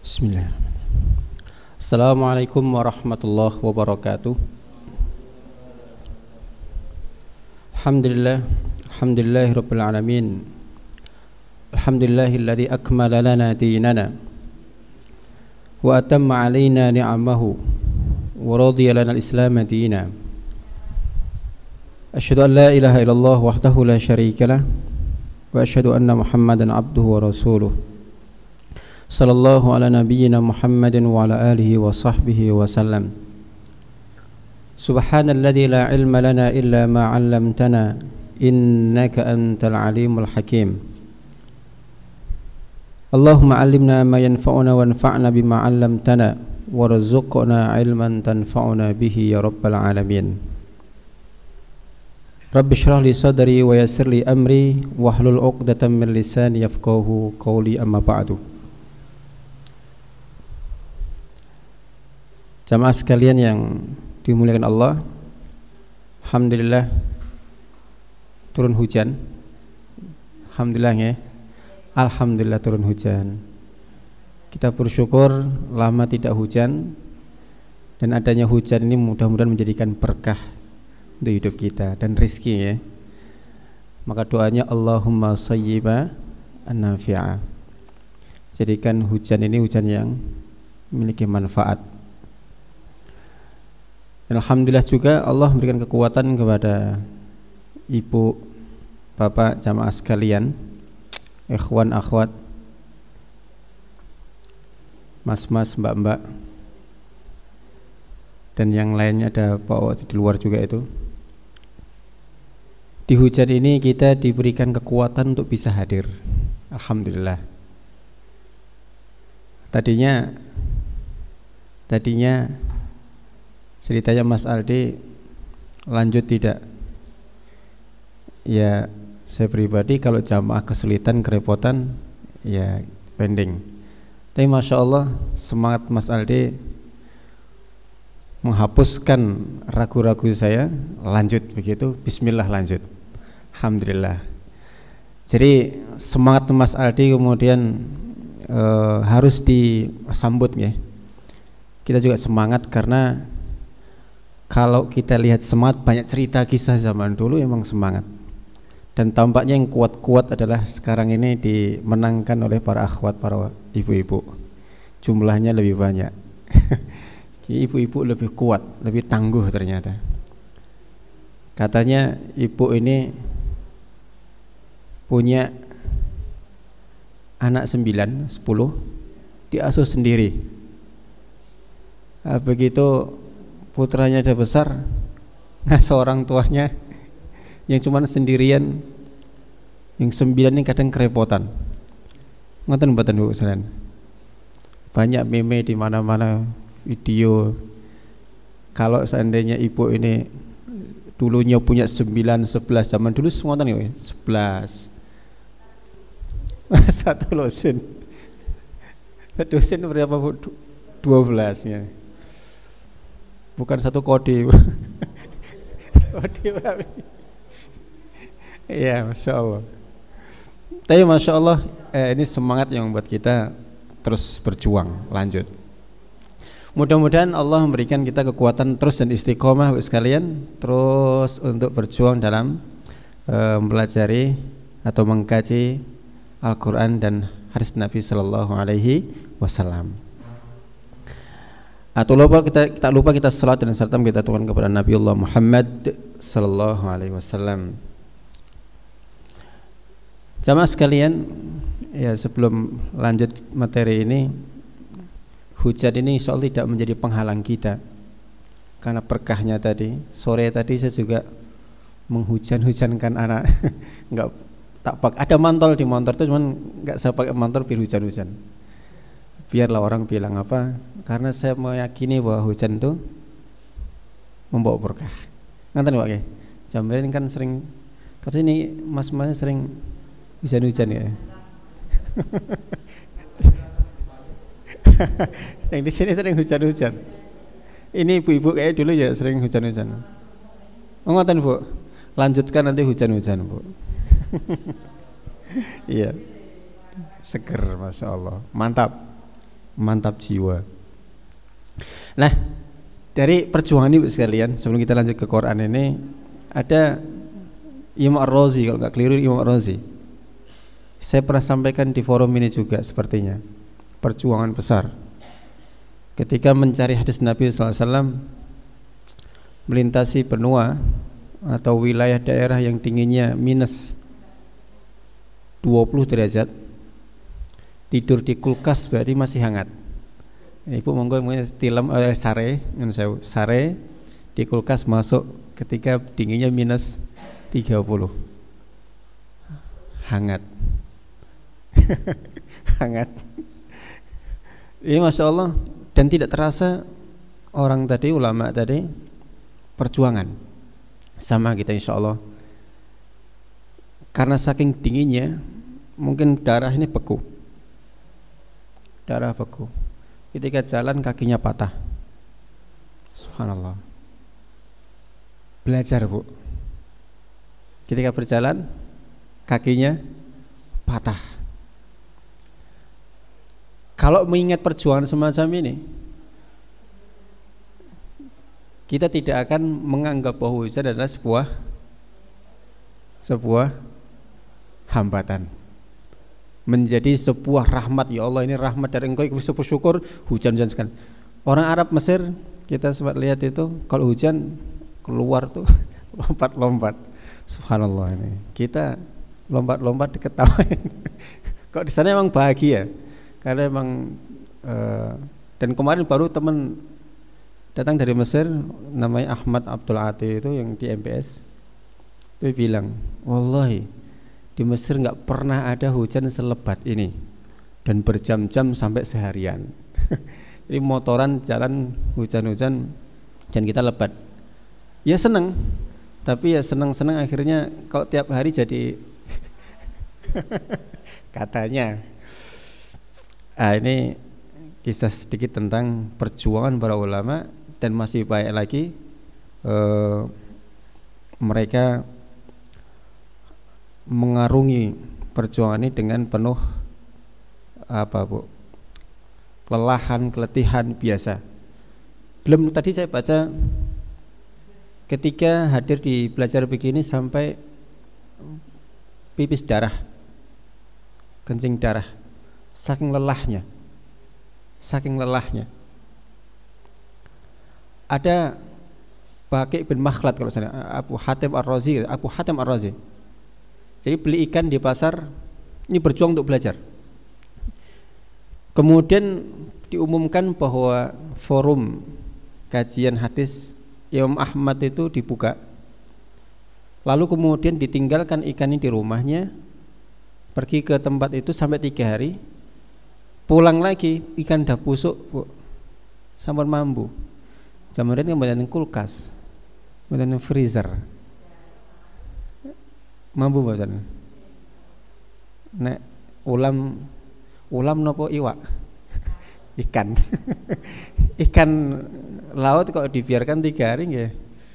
Bismillahirrahmanirrahim. Assalamualaikum warahmatullahi wabarakatuh. Alhamdulillahirabbil alamin. Alhamdulillahilladzi akmala lana dinana wa atamma alaina ni'amahu wa radiya lana al-islam dinan. Asyhadu an la ilaha illallah wahdahu la syarika lah wa asyhadu anna Muhammadan abduhu wa rasuluh. Sallallahu ala nabiyyina Muhammadin wa ala alihi wa sahbihi wa sallam. Subhanalladzi la ilma lana illa ma 'allamtana innaka antal alimul hakim. Allahumma 'allimna ma yanfa'una wanfa'na bima 'allamtana warzuqna 'ilman tanfa'una bihi ya rabbal alamin. Rabbi shrah li sadri wa yassir li amri wahlul 'uqdatam min lisani yafqahu qawli, amma ba'du. Jamaah sekalian yang dimuliakan Allah, alhamdulillah turun hujan. Alhamdulillah ya. Alhamdulillah turun hujan. Kita bersyukur lama tidak hujan, dan adanya hujan ini mudah-mudahan menjadikan berkah untuk hidup kita dan rezeki ya. Maka doanya Allahumma shayyiban nafi'a. Jadikan hujan ini hujan yang memiliki manfaat. Dan alhamdulillah juga Allah memberikan kekuatan kepada ibu, bapak, jamaah sekalian, ikhwan, akhwat, mas-mas, mbak-mbak, dan yang lainnya, ada Pak di luar juga itu. Di hujan ini kita diberikan kekuatan untuk bisa hadir. Alhamdulillah. Tadinya ceritanya Mas Aldi lanjut tidak. Ya, saya pribadi kalau jamaah kesulitan, kerepotan, ya pending. Tapi Masya Allah semangat Mas Aldi menghapuskan ragu-ragu saya, lanjut begitu, bismillah lanjut. Alhamdulillah. Jadi semangat Mas Aldi kemudian harus disambut ya. Kita juga semangat karena kalau kita lihat semangat, banyak cerita kisah zaman dulu emang semangat. Dan tampaknya yang kuat-kuat adalah sekarang ini dimenangkan oleh para akhwat, para ibu-ibu. Jumlahnya lebih banyak. Ibu-ibu lebih kuat, lebih tangguh ternyata. Katanya ibu ini punya anak 9, 10, diasuh sendiri. Begitu putranya udah besar, seorang tuanya yang cuma sendirian, yang 9 ini kadang kerepotan. Ngoten-ngoten Bu sekalian. Banyak meme di mana-mana, video. Kalau seandainya ibu ini dulunya punya 9, 11, zaman dulu semua ya 11. Satu lusin. Satu lusin berapa Bu? 12 ya. Bukan satu kode. Kode berapa? Iya, Masya Allah. Tapi Masya Allah, ini semangat yang membuat kita terus berjuang, lanjut. Mudah-mudahan Allah memberikan kita kekuatan terus dan istiqomah sekalian, terus untuk berjuang dalam mempelajari atau mengkaji Al-Quran dan hadis Nabi Sallallahu Alaihi Wasallam. Atau kita lupa kita salat dan salam kita aturkan kepada Nabi Allah Muhammad sallallahu alaihi wasallam. Jamaah sekalian, ya sebelum lanjut materi ini, hujan ini insyaallah tidak menjadi penghalang kita. Karena berkahnya tadi, sore tadi saya juga menghujan-hujankan anak. Enggak tak pakai, ada mantol di motor tuh, cuman enggak saya pakai mantol biar hujan-hujan. Biarlah orang bilang apa, karena saya meyakini bahwa hujan itu membawa berkah. Nganten Pak ya. Jamrein kan sering katanya ini mas-masnya sering hujan-hujan ya. Yang di sini sering hujan-hujan. Ini ibu-ibu kayak dulu ya sering hujan-hujan. Ngoten Bu. Lanjutkan nanti hujan-hujan Bu. Iya. Seger, Masya Allah. Mantap. mantap jiwa. Nah, dari perjuangan ini sekalian, sebelum kita lanjut ke Quran ini, ada Imam Ar-Razi, kalau nggak keliru Imam Ar-Razi. Saya pernah sampaikan di forum ini juga sepertinya. Perjuangan besar. Ketika mencari hadis Nabi SAW, melintasi benua atau wilayah daerah yang dinginnya minus 20 derajat, tidur di kulkas berarti masih hangat. Ibu monggo tilem sare di kulkas masuk ketika dinginnya minus 30, hangat. Hangat. Ini Masya Allah, dan tidak terasa orang tadi, ulama tadi perjuangan sama kita insya Allah. Karena saking dinginnya mungkin darah ini beku, darah beku. Ketika jalan kakinya patah. Subhanallah. Belajar Bu, ketika berjalan kakinya patah. Kalau mengingat perjuangan semacam ini, kita tidak akan menganggap bahwa hujan adalah sebuah hambatan, menjadi sebuah rahmat. Ya Allah, ini rahmat dari Engkau, bisa bersyukur hujan-hujan sekali. Orang Arab Mesir kita sempat lihat itu, kalau hujan keluar tuh lompat-lompat. Subhanallah, ini kita lompat-lompat diketawain. Kok di sana emang bahagia, karena emang dan kemarin baru teman datang dari Mesir, namanya Ahmad Abdul Ati itu yang di MPS, dia bilang, wallahi di Mesir nggak pernah ada hujan selebat ini dan berjam-jam sampai seharian. Jadi motoran jalan hujan-hujan dan kita lebat. Ya seneng, tapi ya seneng-seneng akhirnya kalau tiap hari jadi katanya. Ini kisah sedikit tentang perjuangan para ulama, dan masih banyak lagi mereka mengarungi perjuangan ini dengan penuh kelelahan, keletihan biasa. Belum tadi saya baca ketika hadir di belajar begini sampai pipis darah, kencing darah, saking lelahnya. Ada Baqi bin Makhlad kalau saya, Abu Hatim Ar-Razi. Jadi beli ikan di pasar, ini berjuang untuk belajar. Kemudian diumumkan bahwa forum kajian hadis Imam Ahmad itu dibuka. Lalu kemudian ditinggalkan ikan ini di rumahnya, pergi ke tempat itu sampai 3 hari. Pulang lagi ikan dah busuk Bu, sampun mambu. Kemudian kembali kulkas, kemudian freezer. Mambu boten. Nek ulam nopo iwak? Ikan. Ikan laut kok dibiarkan 3 hari nggih.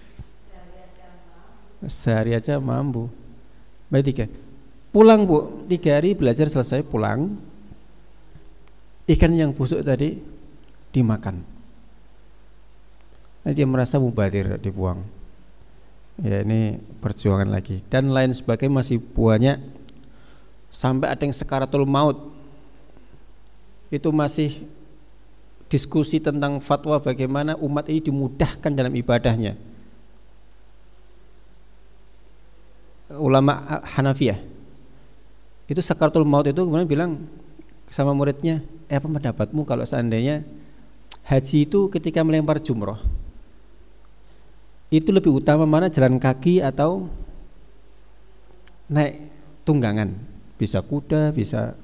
Sehari aja mambu. Baik 3. Pulang Bu, 3 hari belajar selesai pulang. Ikan yang busuk tadi dimakan. Nah, dia merasa mubadir, dibuang. Ya ini perjuangan lagi, dan lain sebagainya masih banyak. Sampai ada yang sekaratul maut, itu masih diskusi tentang fatwa bagaimana umat ini dimudahkan dalam ibadahnya. Ulama Hanafiyah itu sekaratul maut itu kemudian bilang sama muridnya, apa pendapatmu kalau seandainya haji itu ketika melempar jumroh itu lebih utama mana, jalan kaki atau naik tunggangan? Bisa kuda, bisa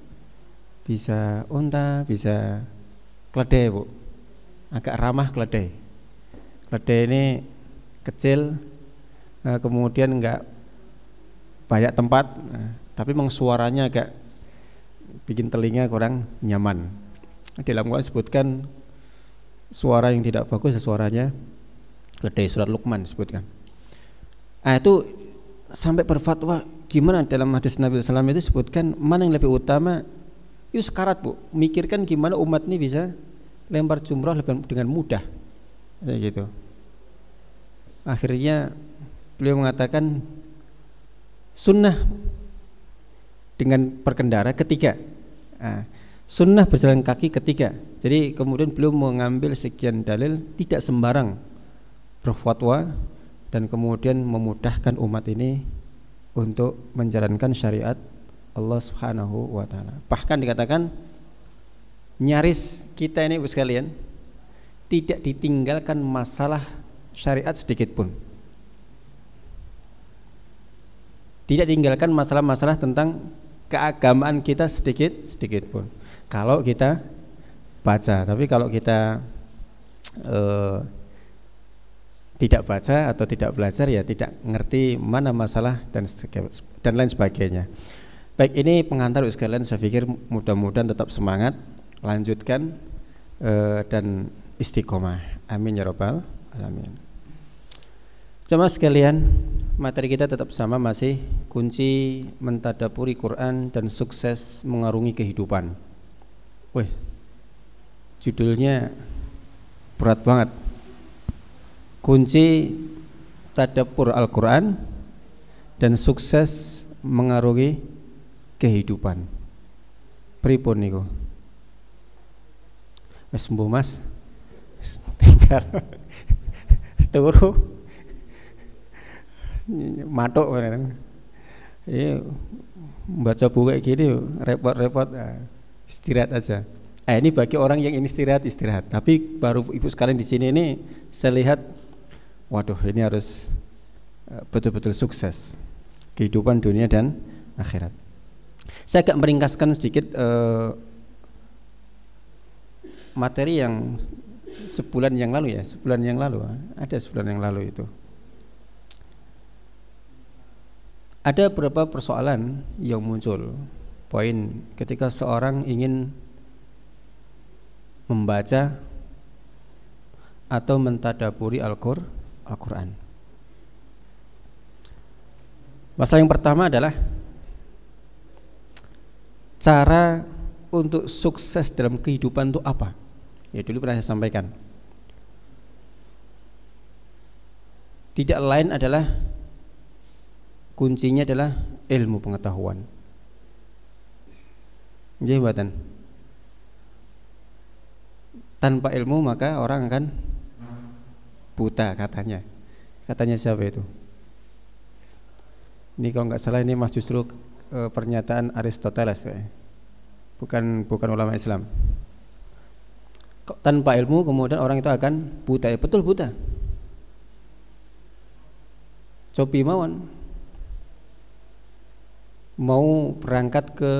unta, bisa keledai Bu. Agak ramah keledai. Keledai ini kecil, kemudian enggak banyak tempat, tapi memang suaranya agak bikin telinga kurang nyaman. Di dalam Quran disebutkan suara yang tidak bagus suaranya keledai, surat Luqman disebutkan. Itu sampai berfatwa gimana dalam hadis Nabi SAW itu disebutkan mana yang lebih utama, Itu sekarat Bu, mikirkan gimana umat ini bisa lempar jumrah dengan mudah kayak gitu. Akhirnya beliau mengatakan sunnah dengan berkendara ketiga, sunnah berjalan kaki ketiga. Jadi kemudian beliau mengambil sekian dalil, tidak sembarang berfatwa dan kemudian memudahkan umat ini untuk menjalankan syariat Allah Subhanahu wa taala. Bahkan dikatakan nyaris kita ini Ibu sekalian tidak ditinggalkan masalah syariat sedikit pun. Tidak tinggalkan masalah-masalah tentang keagamaan kita sedikit pun. Kalau kita baca, tapi kalau kita tidak baca atau tidak belajar ya tidak ngerti mana masalah dan lain sebagainya. Baik, ini pengantar sekalian, saya pikir mudah-mudahan tetap semangat, lanjutkan dan istiqomah. Amin ya rabbal alamin. Jemaah sekalian, materi kita tetap sama, masih kunci mentadaburi Quran dan sukses mengarungi kehidupan. Wih, judulnya berat banget. Kunci tadabbur Al-Quran dan sukses mengarungi kehidupan. Pripun niku? Wis mbuh Mas. Tinggal turu. Matuk kan. Baca buku kayak gini repot-repot, istirahat aja. Ini bagi orang yang ini istirahat. Tapi baru Ibu sekalian di sini ini saya lihat, waduh ini harus betul-betul sukses kehidupan dunia dan akhirat. Saya agak meringkaskan sedikit materi yang sebulan yang lalu itu. Ada beberapa persoalan yang muncul, poin ketika seorang ingin membaca atau mentadaburi Al-Quran. Masalah yang pertama adalah cara untuk sukses dalam kehidupan itu apa? Ya dulu pernah saya sampaikan. Tidak lain adalah kuncinya adalah ilmu pengetahuan. Nggih mboten. Tanpa ilmu maka orang akan buta katanya. Katanya siapa itu? Ini kalau nggak salah ini Mas justru pernyataan Aristoteles, bukan ulama Islam. Tanpa ilmu kemudian orang itu akan buta. Ya, betul buta. Cobi mawon mau berangkat ke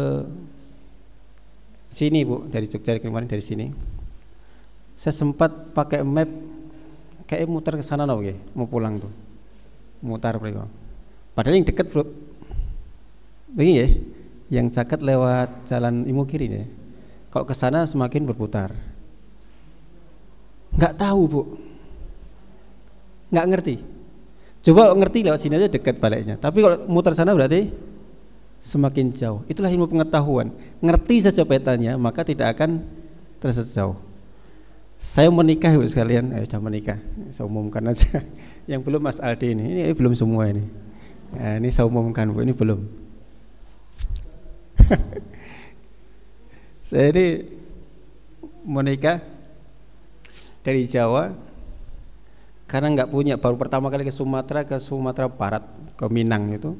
sini Bu, dari Jogja kemarin dari sini. Saya sempat pakai map kayak muter ke sana mau pulang tuh. Mutar mereka. Padahal yang dekat Bro. Begini ya, yang caket lewat jalan Imogiri ya. Kalau ke sana semakin berputar. Enggak tahu Bu. Enggak ngerti. Coba ngerti lewat sini aja dekat baliknya. Tapi kalau muter sana berarti semakin jauh. Itulah ilmu pengetahuan. Ngerti saja petanya maka tidak akan tersesat jauh. Saya menikah Ibu sekalian, sudah menikah. Saya umumkan aja. Yang belum Mas Aldi ini belum semua ini. Nah, ini saya umumkan Bu, ini belum. Saya ini menikah dari Jawa karena nggak punya, baru pertama kali ke Sumatera Barat, ke Minang itu.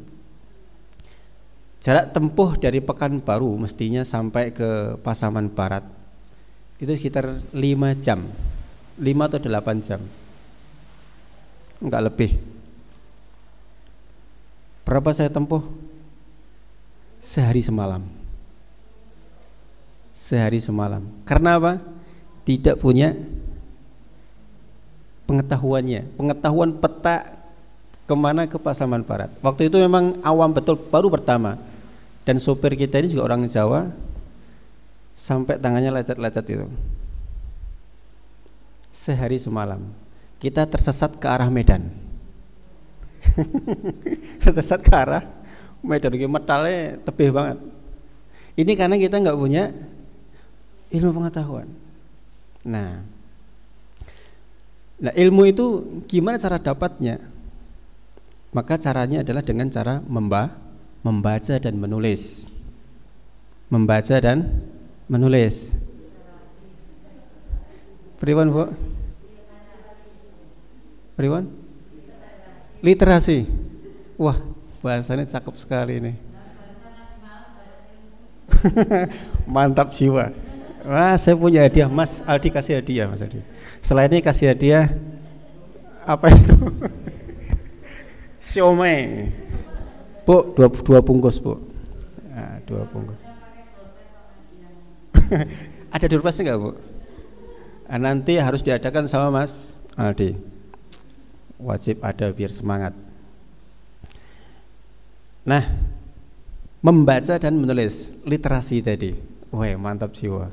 Jarak tempuh dari Pekanbaru mestinya sampai ke Pasaman Barat itu sekitar 5 jam, 5 atau 8 jam, enggak lebih. Berapa saya tempuh? Sehari semalam. Karena apa? Tidak punya pengetahuan peta kemana ke Pasaman Barat. Waktu itu memang awam betul, baru pertama. Dan sopir kita ini juga orang Jawa, sampai tangannya lecet-lecet itu. Sehari semalam kita tersesat ke arah Medan. Tersesat ke arah Medan, metalnya tebih banget. Ini karena kita nggak punya ilmu pengetahuan. Nah, ilmu itu gimana cara dapatnya? Maka caranya adalah dengan cara membaca dan menulis. Membaca dan menulis. Pripun, Bu? Pripun? Literasi. Wah, bahasanya cakep sekali ini. Mantap jiwa. Wah, saya punya hadiah. Mas Aldi kasih hadiah, Mas Aldi. Selain ini kasih hadiah apa itu? Siomay. Bu, dua bungkus, Bu. Nah, 2 bungkus. Ada durpasnya enggak, Bu? Nah, nanti harus diadakan sama Mas Aldi. Wajib ada biar semangat. Nah, membaca dan menulis, literasi tadi. Wah, mantap jiwa.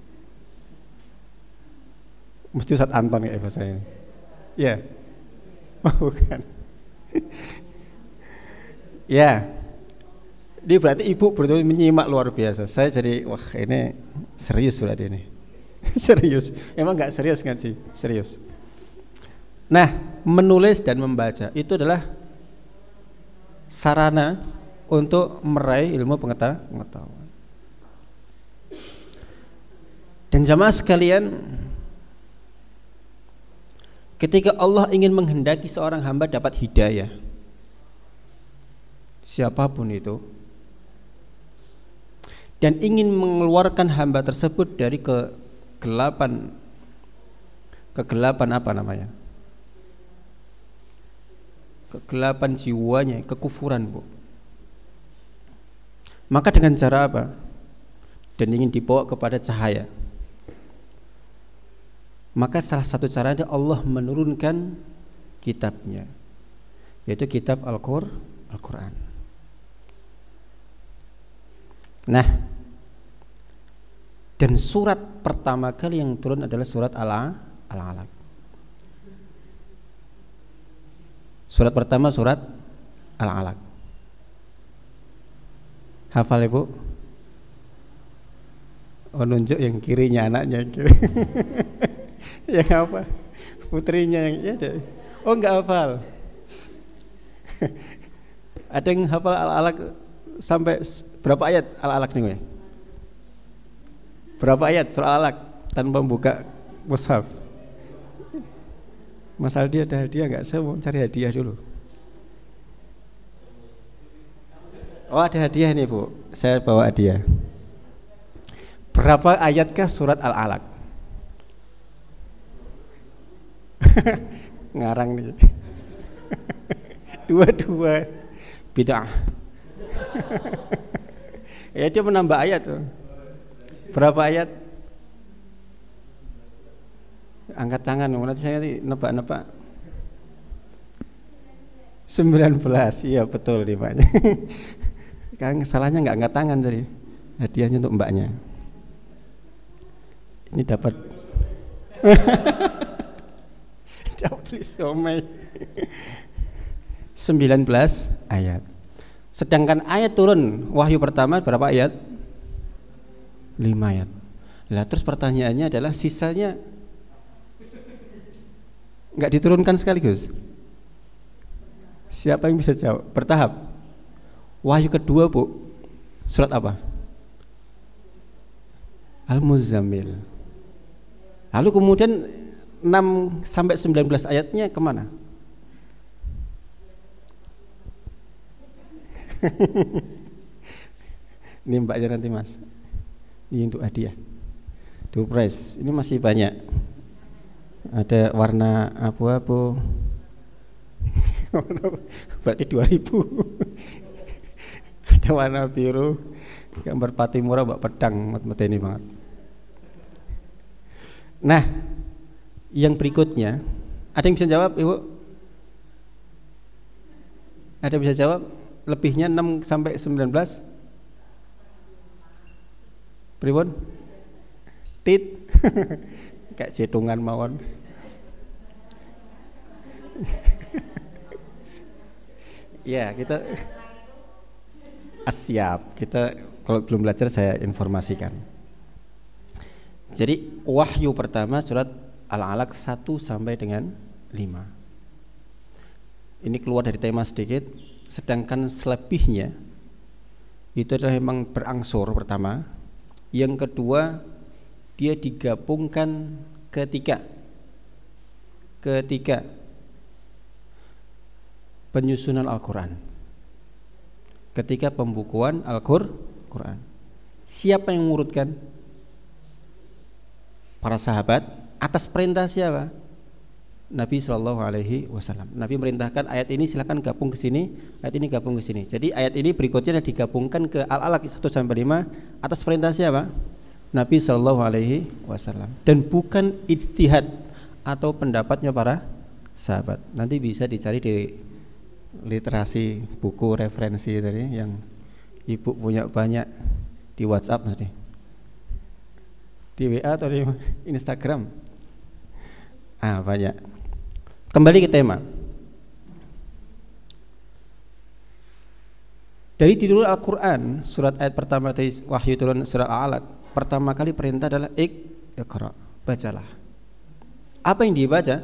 Mesti Ustaz Anton kayak bahasa ini. Ya. Oh, bukan. Ya. Ini berarti ibu betul menyimak luar biasa. Saya jadi wah ini serius berarti ini. Serius. Emang enggak serius kan sih? Serius. Nah, menulis dan membaca itu adalah sarana untuk meraih ilmu pengetahuan. Dan jamaah sekalian, ketika Allah ingin menghendaki seorang hamba dapat hidayah, siapapun itu, dan ingin mengeluarkan hamba tersebut dari kegelapan apa namanya? Kegelapan jiwanya, kekufuran, Bu. Maka dengan cara apa? Dan ingin dibawa kepada cahaya. Maka salah satu caranya Allah menurunkan kitabnya, yaitu kitab Al-Quran. Nah, dan surat pertama kali yang turun adalah surat Al-Alaq. Surat pertama surat Al-Alaq. Hafal, Ibu? Oh, nunjuk yang kirinya, anaknya yang kiri. Yang apa? Putrinya yang ya deh. Oh, enggak hafal. Ada yang hafal Al-Alaq sampai berapa ayat Al-Alaq nih? Berapa ayat surah Al-Alaq tanpa membuka mushaf? Mas Aldi ada hadiah enggak? Saya mau cari hadiah dulu. Oh, ada hadiah nih, Bu. Saya bawa hadiah. Berapa ayatkah surat Al-Alaq? Ngarang nih. 22 bid'ah. Ya, dia menambah ayat tuh. Berapa ayat? Angkat tangan, nanti saya nebak-nebak. 19, iya betul nih Mbaknya. Sekarang salahnya nggak angkat tangan tadi. Hadiahnya untuk Mbaknya. Ini dapat. Dapat tulis somai. 19 ayat. Sedangkan ayat turun wahyu pertama berapa ayat? 5 ayat. Lah terus pertanyaannya adalah sisanya enggak diturunkan sekaligus. Siapa yang bisa jawab? Bertahap. Wahyu kedua, Bu. Surat apa? Al-Muzammil. Lalu kemudian 6 sampai 19 ayatnya kemana? Ini Mbaknya nanti Mas. Ini untuk hadiah. Prize. Ini masih banyak. Ada warna abu-abu. Berarti 2000. Ada warna biru. Gambar Patimura Mbak Pedang, mateni banget. Nah, yang berikutnya, ada yang bisa jawab, Ibu? Ada yang bisa jawab? Lebihnya 6 sampai 19? Pripun? Tit. Kayak cetungan mawon. Ya, kita Siap. Kita kalau belum belajar saya informasikan. Jadi wahyu pertama surat Al-Alaq 1 sampai dengan 5. Ini keluar dari tema sedikit. Sedangkan selebihnya itu adalah memang berangsur pertama. Yang kedua dia digabungkan ketika penyusunan Al-Quran, ketika pembukuan Al-Quran. Siapa yang mengurutkan? Para sahabat atas perintah siapa? Nabi SAW. Nabi merintahkan ayat ini silakan gabung ke sini, ayat ini gabung ke sini. Jadi ayat ini berikutnya digabungkan ke Al-Alaq 1 sampai 5 atas perintah siapa? Nabi SAW. Dan bukan ijtihad atau pendapatnya para sahabat. Nanti bisa dicari di literasi buku referensi tadi yang ibu punya banyak di WhatsApp mesti. Di WA atau di Instagram? Banyak. Kembali ke tema. Dari turun Al-Quran, surat ayat pertama dari wahyu turun surat Al-Alaq, pertama kali perintah adalah Iqra, bacalah. Apa yang dibaca?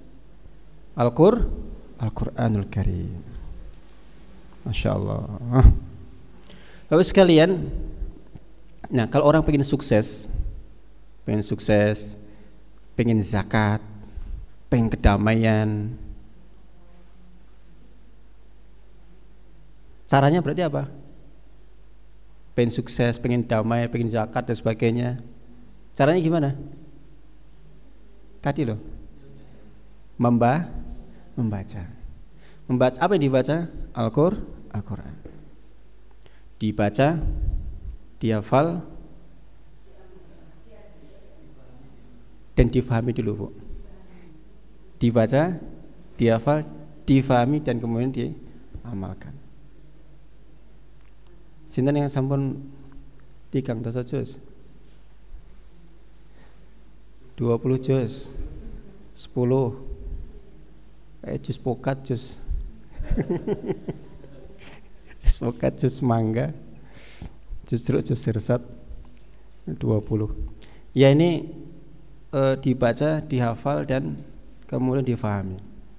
Al-Quranul Karim. Masya Allah. Bapak sekalian, nah kalau orang pengen sukses, pengen zakat, pengen kedamaian, caranya berarti apa? Pengen sukses, pengen damai, pengen zakat dan sebagainya. Caranya gimana? Tadi loh, membaca. Apa yang dibaca? Al-Quran. Dibaca, dihafal, dan difahami dulu, Bu. Dibaca, dihafal, difahami, dan kemudian diamalkan. Sinten yang sampun 300 juz, 20 juz, 10 juz pokat, juz juz pokat, juz mangga, juz jeruk, juz sirsat 20. Ya ini dibaca, dihafal, dan kemudian difahami.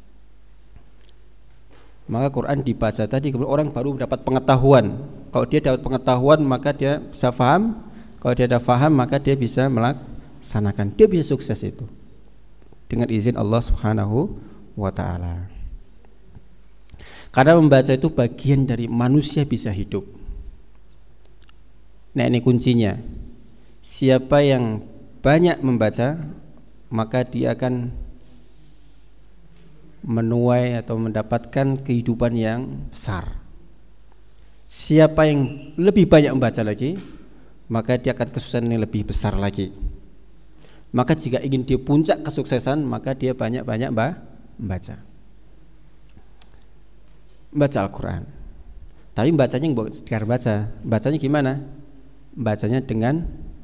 Maka Quran dibaca tadi, kemudian orang baru dapat pengetahuan. Kalau dia dapat pengetahuan maka dia bisa paham. Kalau dia ada paham maka dia bisa melaksanakan. Dia bisa sukses itu dengan izin Allah Subhanahu wa ta'ala. Karena membaca itu bagian dari manusia bisa hidup. Nah ini kuncinya. Siapa yang banyak membaca maka dia akan menuai atau mendapatkan kehidupan yang besar. Siapa yang lebih banyak membaca lagi maka dia akan kesuksesan yang lebih besar lagi. Maka jika ingin dia puncak kesuksesan maka dia banyak-banyak membaca Al-Quran. Tapi bacanya bukan sekedar baca. Bacanya gimana? Bacanya dengan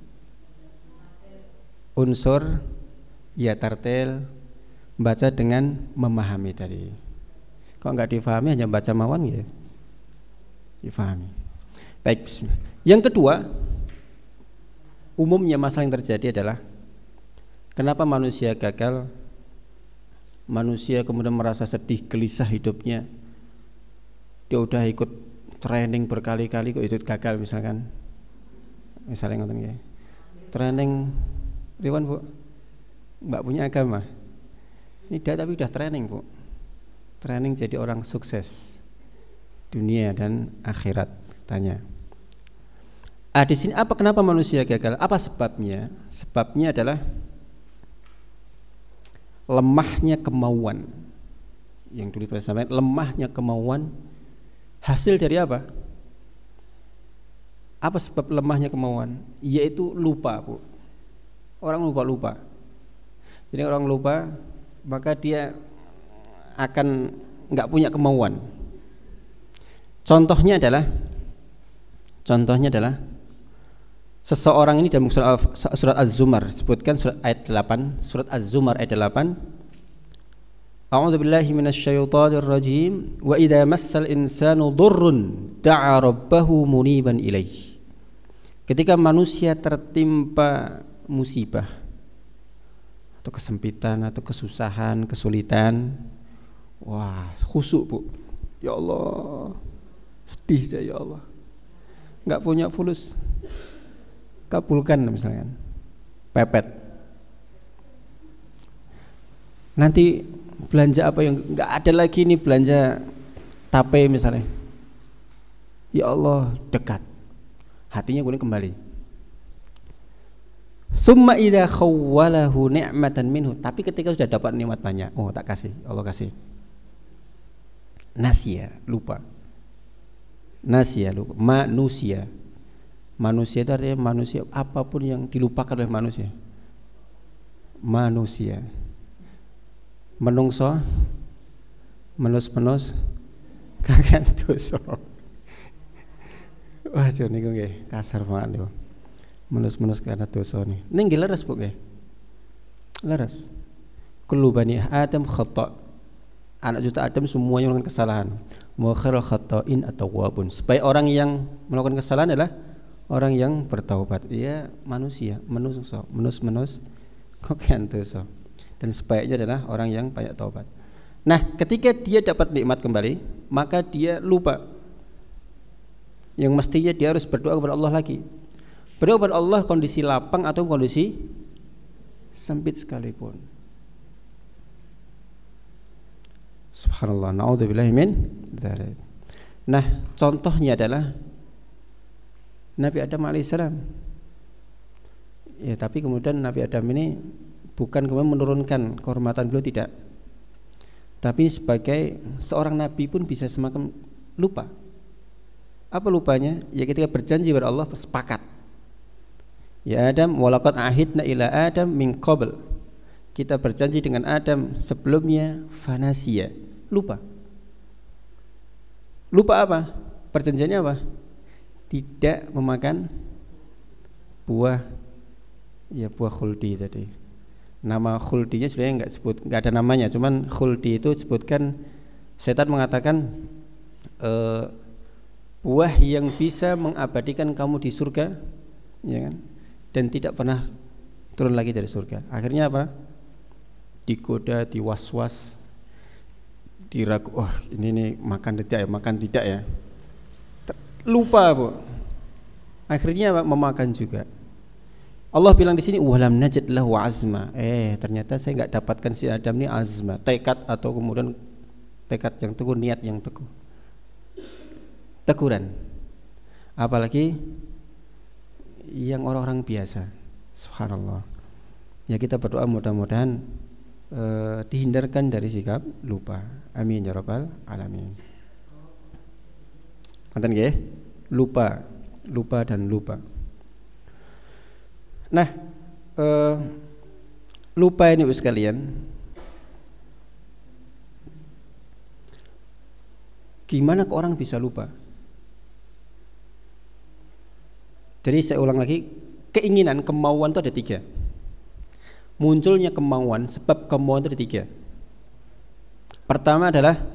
unsur ya tartil, baca dengan memahami tadi. Kalau nggak difahami hanya baca mawon ya. Difahami. Baik, bismillah. Yang kedua, umumnya masalah yang terjadi adalah kenapa manusia gagal? Manusia kemudian merasa sedih, gelisah hidupnya. Dia udah ikut training berkali-kali kok ikut gagal misalkan. Misalnya ngoten nggih. Training riwan, Bu? Mbak punya agama. Tidak, tapi udah training, Bu. Training jadi orang sukses dunia dan akhirat katanya. Di sini kenapa manusia gagal? Apa sebabnya? Sebabnya adalah lemahnya kemauan. Yang dulu saya sampaikan, lemahnya kemauan hasil dari apa? Apa sebab lemahnya kemauan? Yaitu lupa, Bu. Orang lupa. Jadi orang lupa, maka dia akan nggak punya kemauan. Contohnya adalah seseorang ini dalam surat Az-Zumar, sebutkan surat ayat 8, surat Az-Zumar ayat 8. A'udzu billahi minasyaitonir rajim. Wa idza massal insanu dhurrun da'a rabbahu muniban ilaih. Ketika manusia tertimpa musibah atau kesempitan atau kesusahan, kesulitan, wah, khusyuk, Bu. Ya Allah, sedih saya, ya Allah. Enggak punya fulus. Kabulkan misalkan. Pepet. Nanti belanja apa yang enggak ada lagi nih, belanja tape misalnya. Ya Allah, dekat. Hatinya kemudian kembali. Summa idza khawwalahu ni'matan minhu, tapi ketika sudah dapat nikmat banyak, oh tak kasih, Allah kasih. Nasia, lupa. Nasia, lupa. Manusia. Manusia itu artinya manusia, apapun yang dilupakan oleh manusia. Manusia. Menungso, menus kakan dosa. Waduh niku nggih kasar banget niku. Menus karena dosa nih. Ning nggih leres Bu nggih. Leres. Kullu bani Adam khata'. Anak juta Adam semuanya melakukan kesalahan. Wa khairul khata'in at-tawwabun. Supaya orang yang melakukan kesalahan adalah orang yang bertaubat. Iya, manusia, menus kakan dosa. Dan sebaiknya adalah orang yang banyak taubat. Nah, ketika dia dapat nikmat kembali, maka dia lupa. Yang mestinya dia harus berdoa kepada Allah lagi. Berdoa kepada Allah kondisi lapang atau kondisi sempit sekalipun. Subhanallah, na'udzubillahi min dzalik. Nah, contohnya adalah Nabi Adam alaihissalam. Ya, tapi kemudian Nabi Adam ini bukan kemudian menurunkan kehormatan beliau, tidak. Tapi sebagai seorang nabi pun bisa semakin lupa. Apa lupanya? Ya ketika berjanji kepada Allah sepakat. Ya Adam, walaqad ahidna ila Adam min qabl. Kita berjanji dengan Adam sebelumnya, fanasiya, lupa. Lupa apa? Perjanjiannya apa? Tidak memakan buah khuldi tadi. Nama khuldinya sebenarnya enggak ada namanya, cuman khuldi itu sebutkan setan mengatakan buah yang bisa mengabadikan kamu di surga, ya kan? Dan tidak pernah turun lagi dari surga. Akhirnya apa? Digoda, diwaswas, diragu, ini makan tidak ya. Lupa, Bu. Akhirnya apa? Memakan juga. Allah bilang di sini walam najid lahu azma. Ternyata saya enggak dapatkan si Adam ini azma, tekad atau kemudian tekad yang teguh, niat yang teguh. Teguran. Apalagi yang orang-orang biasa. Subhanallah. Ya kita berdoa mudah-mudahan dihindarkan dari sikap lupa. Amin ya rabbal alamin. Mantan nggih? Lupa dan lupa. Nah, lupa ini Ibu sekalian, gimana kok orang bisa lupa? Jadi saya ulang lagi, keinginan, kemauan itu ada 3. Munculnya kemauan, sebab kemauan itu ada 3. Pertama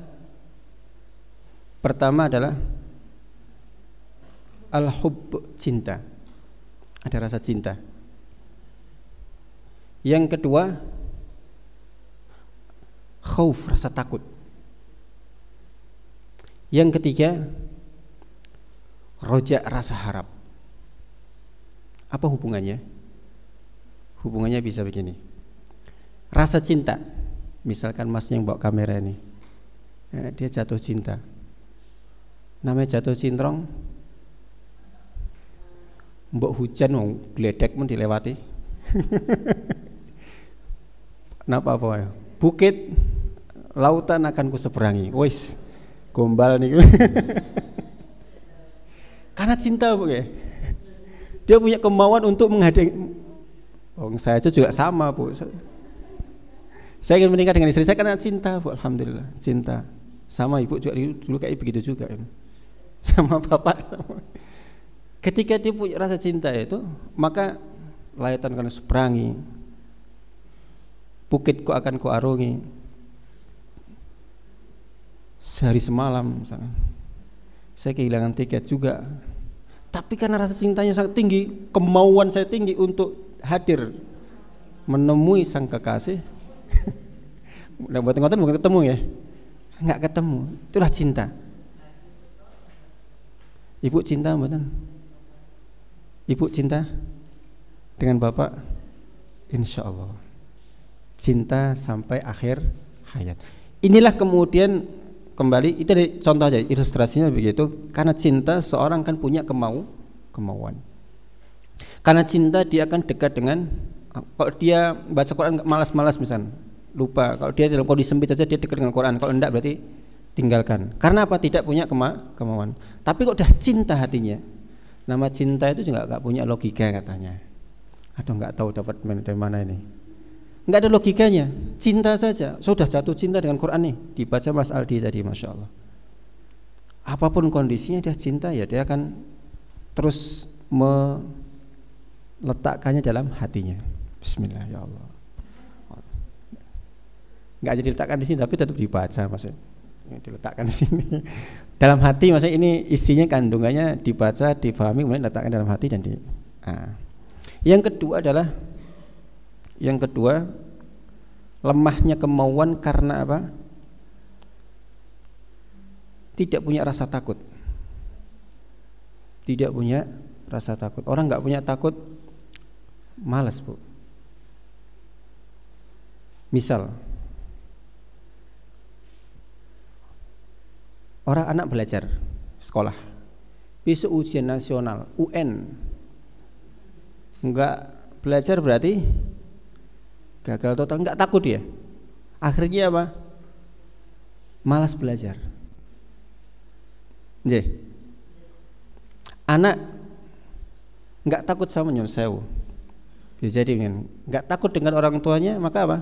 adalah al-hubb, cinta. Ada rasa cinta. Yang kedua, khauf, rasa takut. Yang ketiga, roja, rasa harap. Apa hubungannya? Hubungannya bisa begini. Rasa cinta, misalkan masnya yang bawa kamera ini, dia jatuh cinta. Namanya jatuh cintrong, mbok hujan wong gledek men dilewati. Kenapa apa ya? Bukit lautan akan kuseberangi. Wis, gombal nih. Karena cinta, Bu ya. Dia punya kemauan untuk menghadiri. Saya aja juga sama, Bu. Saya ingin menikah dengan istri saya karena cinta, Bu. Alhamdulillah, cinta. Sama ibu juga dulu kayak begitu juga. Sama bapak. Ketika dia punya rasa cinta itu, maka lautan akan seberangi, bukit ku akan ku arungi, sehari semalam misalnya. Saya kehilangan tiket juga. Tapi karena rasa cintanya sangat tinggi, kemauan saya tinggi untuk hadir menemui sang kekasih. Udah buat ngoten bukan ketemu ya. Enggak ketemu. Itulah cinta. Ibu cinta mboten? Ibu cinta dengan bapak? Insya Allah cinta sampai akhir hayat. Inilah kemudian kembali itu contoh aja, ilustrasinya begitu. Karena cinta seorang kan punya kemauan. Karena cinta dia akan dekat dengan, kalau dia baca Quran malas-malas misalnya, lupa. Kalau dia dalam kondisi sempit saja dia dekat dengan Quran. Kalau enggak berarti tinggalkan. Karena apa? Tidak punya kemauan. Tapi kok udah cinta hatinya. Nama cinta itu juga enggak punya logika katanya. Aduh enggak tahu dapat dari mana ini. Enggak ada logikanya. Cinta saja. Sudah jatuh cinta dengan Quran nih. Dibaca Mas Aldi tadi, Masya Allah. Apapun kondisinya dia cinta, ya dia akan terus meletakkannya dalam hatinya. Bismillah ya Allah. Enggak jadi diletakkan di sini tapi tetap dibaca maksudnya. Diletakkan di sini. Dalam hati maksudnya ini isinya kandungannya dibaca, dipahami, kemudian diletakkan dalam hati dan di. Yang kedua lemahnya kemauan karena apa? Tidak punya rasa takut. Tidak punya rasa takut. Orang enggak punya takut malas, Bu. Misal orang anak belajar sekolah, besok ujian nasional UN, enggak belajar berarti gagal total, enggak takut dia. Akhirnya apa? Malas belajar. Nggih. Anak enggak takut sama nyun sewu. Jadi enggak takut dengan orang tuanya, maka apa?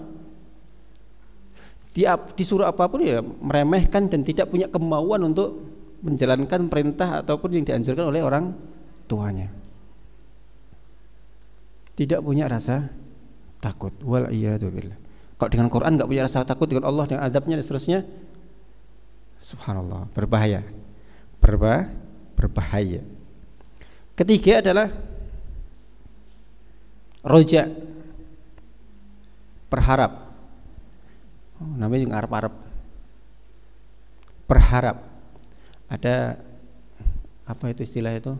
Dia disuruh apapun ya meremehkan dan tidak punya kemauan untuk menjalankan perintah ataupun yang dianjurkan oleh orang tuanya. Tidak punya rasa takut. Wal iyadu billah. Kalau dengan Quran enggak punya rasa takut dengan Allah, dengan azabnya dan seterusnya, subhanallah, berbahaya. Berbahaya. Ketiga adalah roja, berharap. Namanya juga arep-arep, berharap. Ada apa itu istilah itu?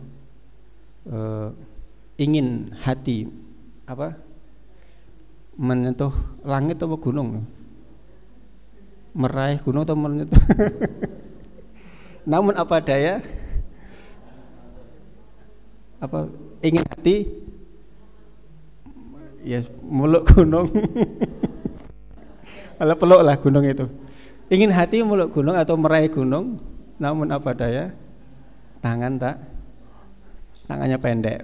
Ingin hati apa? Menyentuh langit atau gunung? Meraih gunung atau menyentuh? Namun apa daya? Apa ingin hati? Ya meluk gunung. Kalau peluk lah gunung itu. Ingin hati meluk gunung atau meraih gunung, namun apa daya? Tangannya pendek.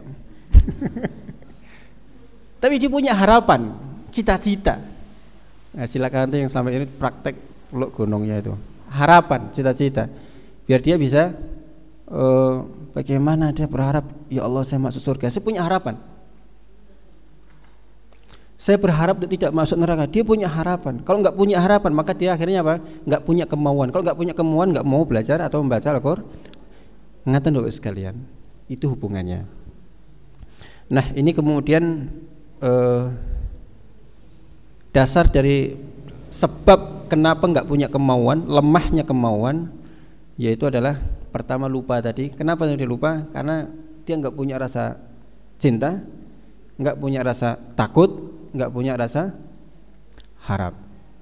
Tapi dia punya harapan, cita-cita. Nah, silakan nanti yang selama ini praktek peluk gunungnya itu. Harapan, cita-cita. Biar dia bisa bagaimana dia berharap, ya Allah saya masuk surga. Saya punya harapan. Saya berharap dia tidak masuk neraka. Dia punya harapan. Kalau enggak punya harapan, maka dia akhirnya apa? Enggak punya kemauan. Kalau enggak punya kemauan, enggak mau belajar atau membaca Al-Qur'an. Ngaten Bapak sekalian. Itu hubungannya. Nah, ini kemudian dasar dari sebab kenapa enggak punya kemauan, lemahnya kemauan, yaitu adalah pertama lupa tadi. Kenapa dia lupa? Karena dia enggak punya rasa cinta, enggak punya rasa takut, enggak punya rasa harap.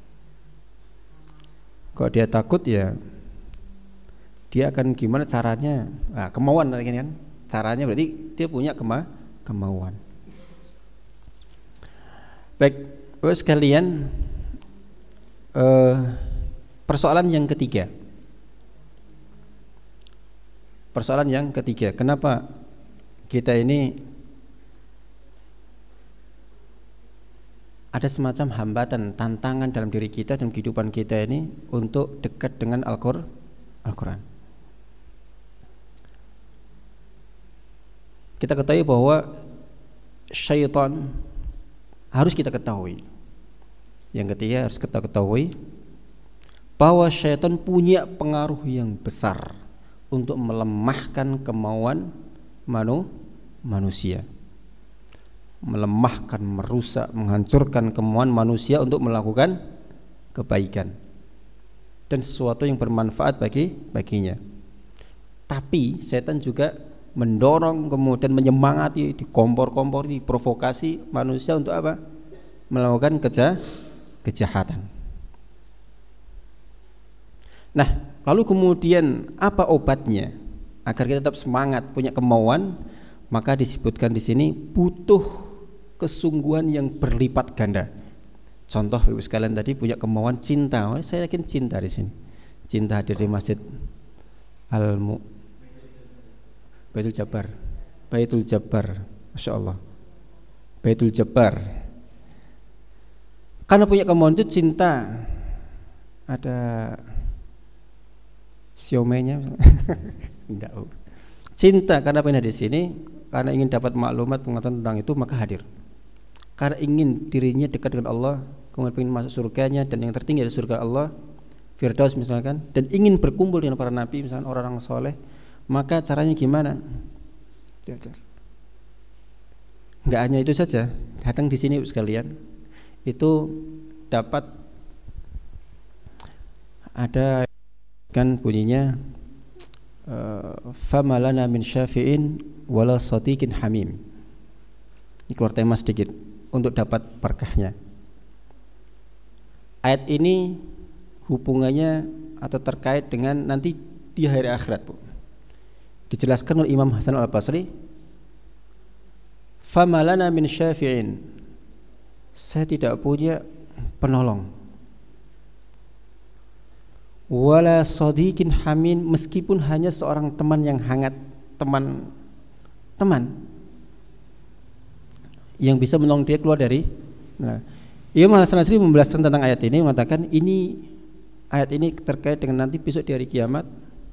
Kalau dia takut ya dia akan gimana caranya? Nah, kemauan kan? Caranya berarti dia punya kemauan. Baik, Bapak sekalian, persoalan yang ketiga. Persoalan yang ketiga, kenapa kita ini ada semacam hambatan, tantangan dalam diri kita dan kehidupan kita ini untuk dekat dengan Al-Quran. Kita ketahui bahwa syaitan harus kita ketahui. Yang ketiga harus kita ketahui bahwa syaitan punya pengaruh yang besar untuk melemahkan kemauan manusia, melemahkan, merusak, menghancurkan kemauan manusia untuk melakukan kebaikan dan sesuatu yang bermanfaat baginya. Tapi setan juga mendorong, kemudian menyemangati, dikompor-kompor, diprovokasi manusia untuk apa? Melakukan kejahatan. Nah, lalu kemudian apa obatnya agar kita tetap semangat, punya kemauan? Maka disebutkan di sini butuh kesungguhan yang berlipat ganda. Contoh Ibu sekalian tadi punya kemauan cinta. Saya yakin cinta di sini. Cinta hadir di Masjid Baitul Jabbar. Masya Allah. Baitul Jabbar. Karena punya kemauan itu cinta. Ada siomenya. Enggak. Cinta karena pengen di sini, karena ingin dapat maklumat pengetahuan tentang itu maka hadir. Karena ingin dirinya dekat dengan Allah, kemudian ingin masuk surganya dan yang tertinggi adalah surga Allah, Firdaus misalkan, dan ingin berkumpul dengan para nabi misalkan orang-orang soleh, maka caranya gimana? Diajar. Enggak hanya itu saja, datang di sini sekalian, itu dapat ada kan bunyinya famalana min syafi'in wala sadiqin hamim. Ini keluar tema sedikit untuk dapat berkahnya. Ayat ini hubungannya atau terkait dengan nanti di hari akhirat, Bu. Dijelaskan oleh Imam Hasan Al-Basri, famalana min syafi'in, saya tidak punya penolong, wala sadiqin hamin, meskipun hanya seorang teman yang hangat, teman yang bisa menolong dia keluar dari. Nah, Imam Hasan Al-Basri menjelaskan tentang ayat ini, mengatakan ayat ini terkait dengan nanti besok di hari kiamat,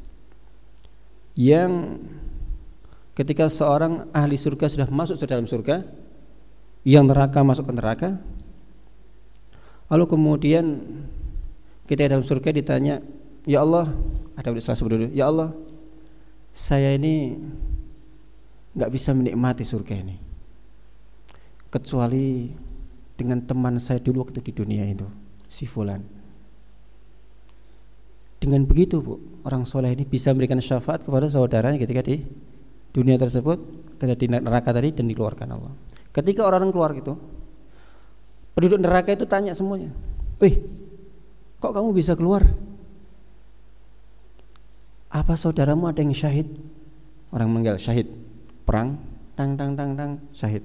yang ketika seorang ahli surga sudah masuk ke dalam surga, yang neraka masuk ke neraka, lalu kemudian kita dalam surga ditanya, ya Allah, ada salah sebelum, ya Allah, saya ini nggak bisa menikmati surga ini kecuali dengan teman saya dulu waktu di dunia itu, si fulan. Dengan begitu, Bu, orang soleh ini bisa memberikan syafaat kepada saudaranya ketika di dunia tersebut, ketika di neraka tadi, dan dikeluarkan Allah. Ketika orang-orang keluar gitu, penduduk neraka itu tanya semuanya, kok kamu bisa keluar? Apa saudaramu ada yang syahid? Orang meninggal syahid, perang, tang, syahid.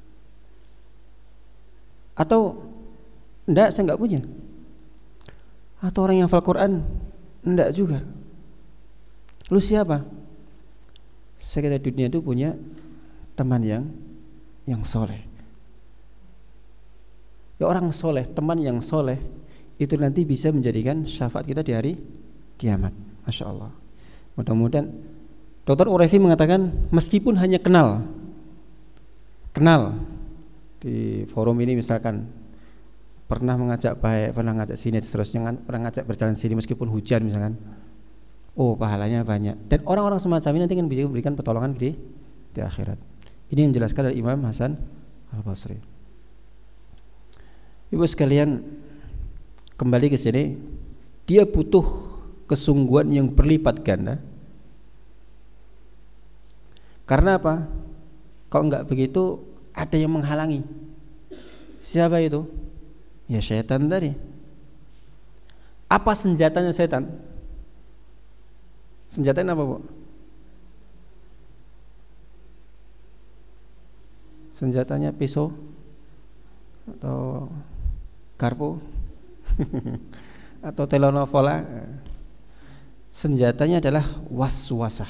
Atau enggak, saya enggak punya. Atau orang yang hafal Quran? Enggak juga. Lu siapa? Saya kata dunia itu punya teman yang soleh. Ya, orang soleh, teman yang soleh itu nanti bisa menjadikan syafaat kita di hari kiamat. Masya Allah. Mudah-mudahan. Dr. Urefi mengatakan meskipun hanya kenal di forum ini, misalkan pernah mengajak baik, pernah ngajak sini, seterusnya, pernah ngajak berjalan sini meskipun hujan misalkan, pahalanya banyak. Dan orang-orang semacam ini nanti kan bisa memberikan pertolongan di akhirat. Ini yang menjelaskan dari Imam Hasan Al-Basri. Ibu sekalian, kembali ke sini, dia butuh kesungguhan yang berlipat ganda. Karena apa? Kalau enggak begitu, ada yang menghalangi. Siapa itu? Ya syaitan tadi. Apa senjatanya setan? Senjatanya apa, Bu? Senjatanya pisau atau garpu atau telenovela? Senjatanya adalah waswasah.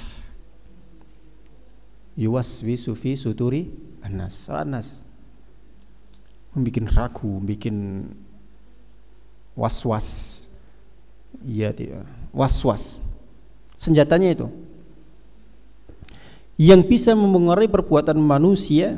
Yuwaswisu fi suduri anas. Membikin ragu, membikin was-was. Iya, was-was. Senjatanya itu yang bisa mempengaruhi perbuatan manusia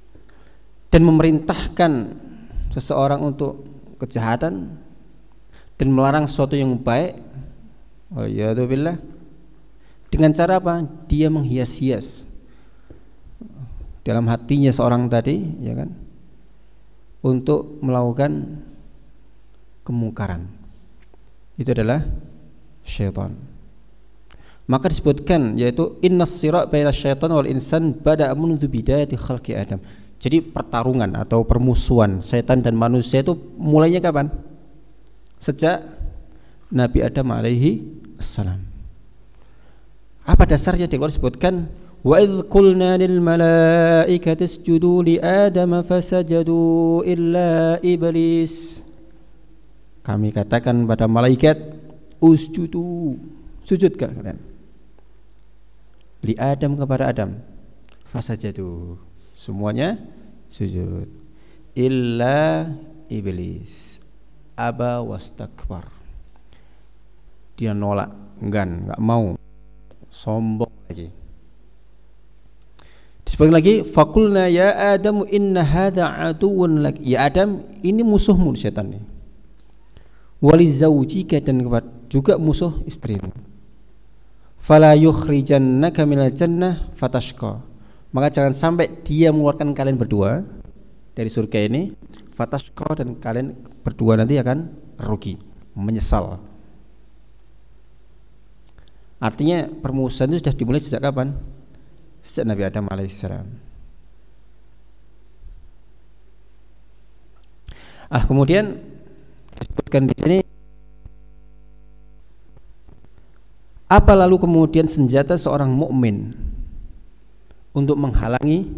dan memerintahkan seseorang untuk kejahatan dan melarang sesuatu yang baik, waliyadzubillah, dengan cara apa? Dia menghias-hias dalam hatinya seorang tadi, ya kan, untuk melakukan kemungkaran. Itu adalah syaitan. Maka disebutkan yaitu innas sirat baina syaitan wal insan bada mundu bidayati khalqi Adam. Jadi pertarungan atau permusuhan setan dan manusia itu mulainya kapan? Sejak Nabi Adam alaihi assalam. Apa dasarnya? Di Quran disebutkan wa idz qulna lil malaikati isjudu li adama fasajadu illa iblis. Kami katakan pada malaikat usjudu, sujudkan kalian li Adam, kepada Adam, fasajadu, semuanya sujud, illa iblis aba wastakbar, dia nolak, enggan, enggak mau, sombong lagi. Disebutkan lagi faqulna ya Adam inna hadza aduwwun lak, ya Adam, ini musuhmu setan nih, wali zaujika, dan juga musuh istrimu, fala yukhrijannaka minal jannah fatashqa, maka jangan sampai dia mengeluarkan kalian berdua dari surga ini, fatashqa, dan kalian berdua nanti akan rugi, menyesal. Artinya permusuhan itu sudah dimulai sejak kapan? Sejak Nabi Adam alaihissalam. Kemudian disebutkan di sini, apa lalu kemudian senjata seorang mukmin untuk menghalangi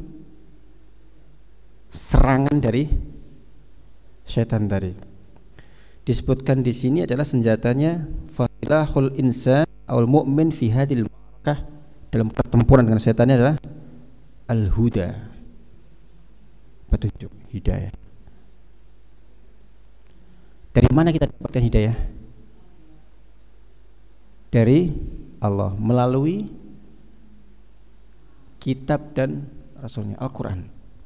serangan dari syaitan tadi? Disebutkan di sini adalah senjatanya fasilahul insan awal mu'min fi hadil ma'rakah, dalam pertempuran dengan syaitannya adalah al-huda, petunjuk, hidayah. Dari mana kita dapatkan hidayah? Dari Allah melalui kitab dan rasulnya, Al-Quran,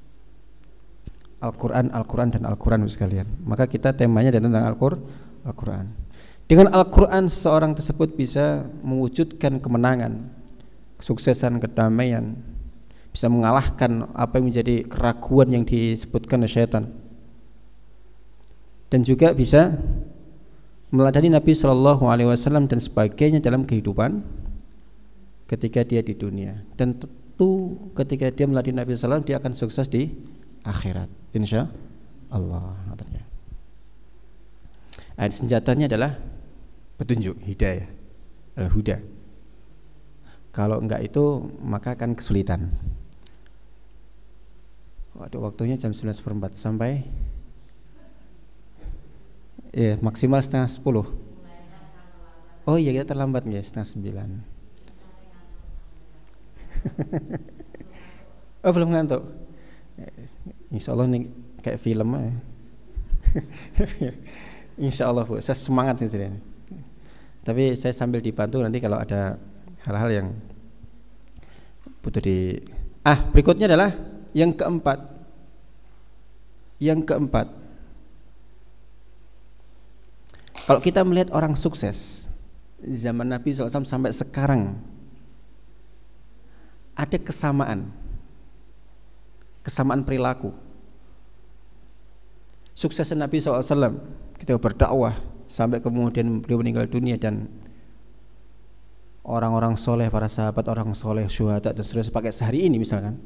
dan Al-Quran sekalian. Maka kita temanya tentang Al-Quran. Dengan Al-Quran seseorang tersebut bisa mewujudkan kemenangan, kesuksesan, kedamaian, bisa mengalahkan apa yang menjadi keraguan yang disebutkan oleh syaitan, dan juga bisa meladani Nabi SAW dan sebagainya dalam kehidupan ketika dia di dunia, dan tentu ketika dia meladani Nabi SAW dia akan sukses di akhirat, insya Allah. Senjatanya adalah petunjuk, hidayah, al-huda. Kalau enggak itu maka akan kesulitan. Waktunya jam 9:04 sampai maksimal 9:30. Oh iya, kita terlambat ya, 8:30. Oh belum ngantuk. Insya Allah nih kayak film ya. Insya Allah Bu, saya semangat sih ini. Tapi saya sambil dibantu nanti kalau ada hal-hal yang butuh di. Berikutnya adalah yang keempat. Kalau kita melihat orang sukses zaman Nabi SAW sampai sekarang, ada kesamaan perilaku. Sukses Nabi SAW ketika berdakwah sampai kemudian beliau meninggal dunia, dan orang-orang soleh, para sahabat, orang soleh, syuhada dan seterusnya pakai sehari ini misalkan.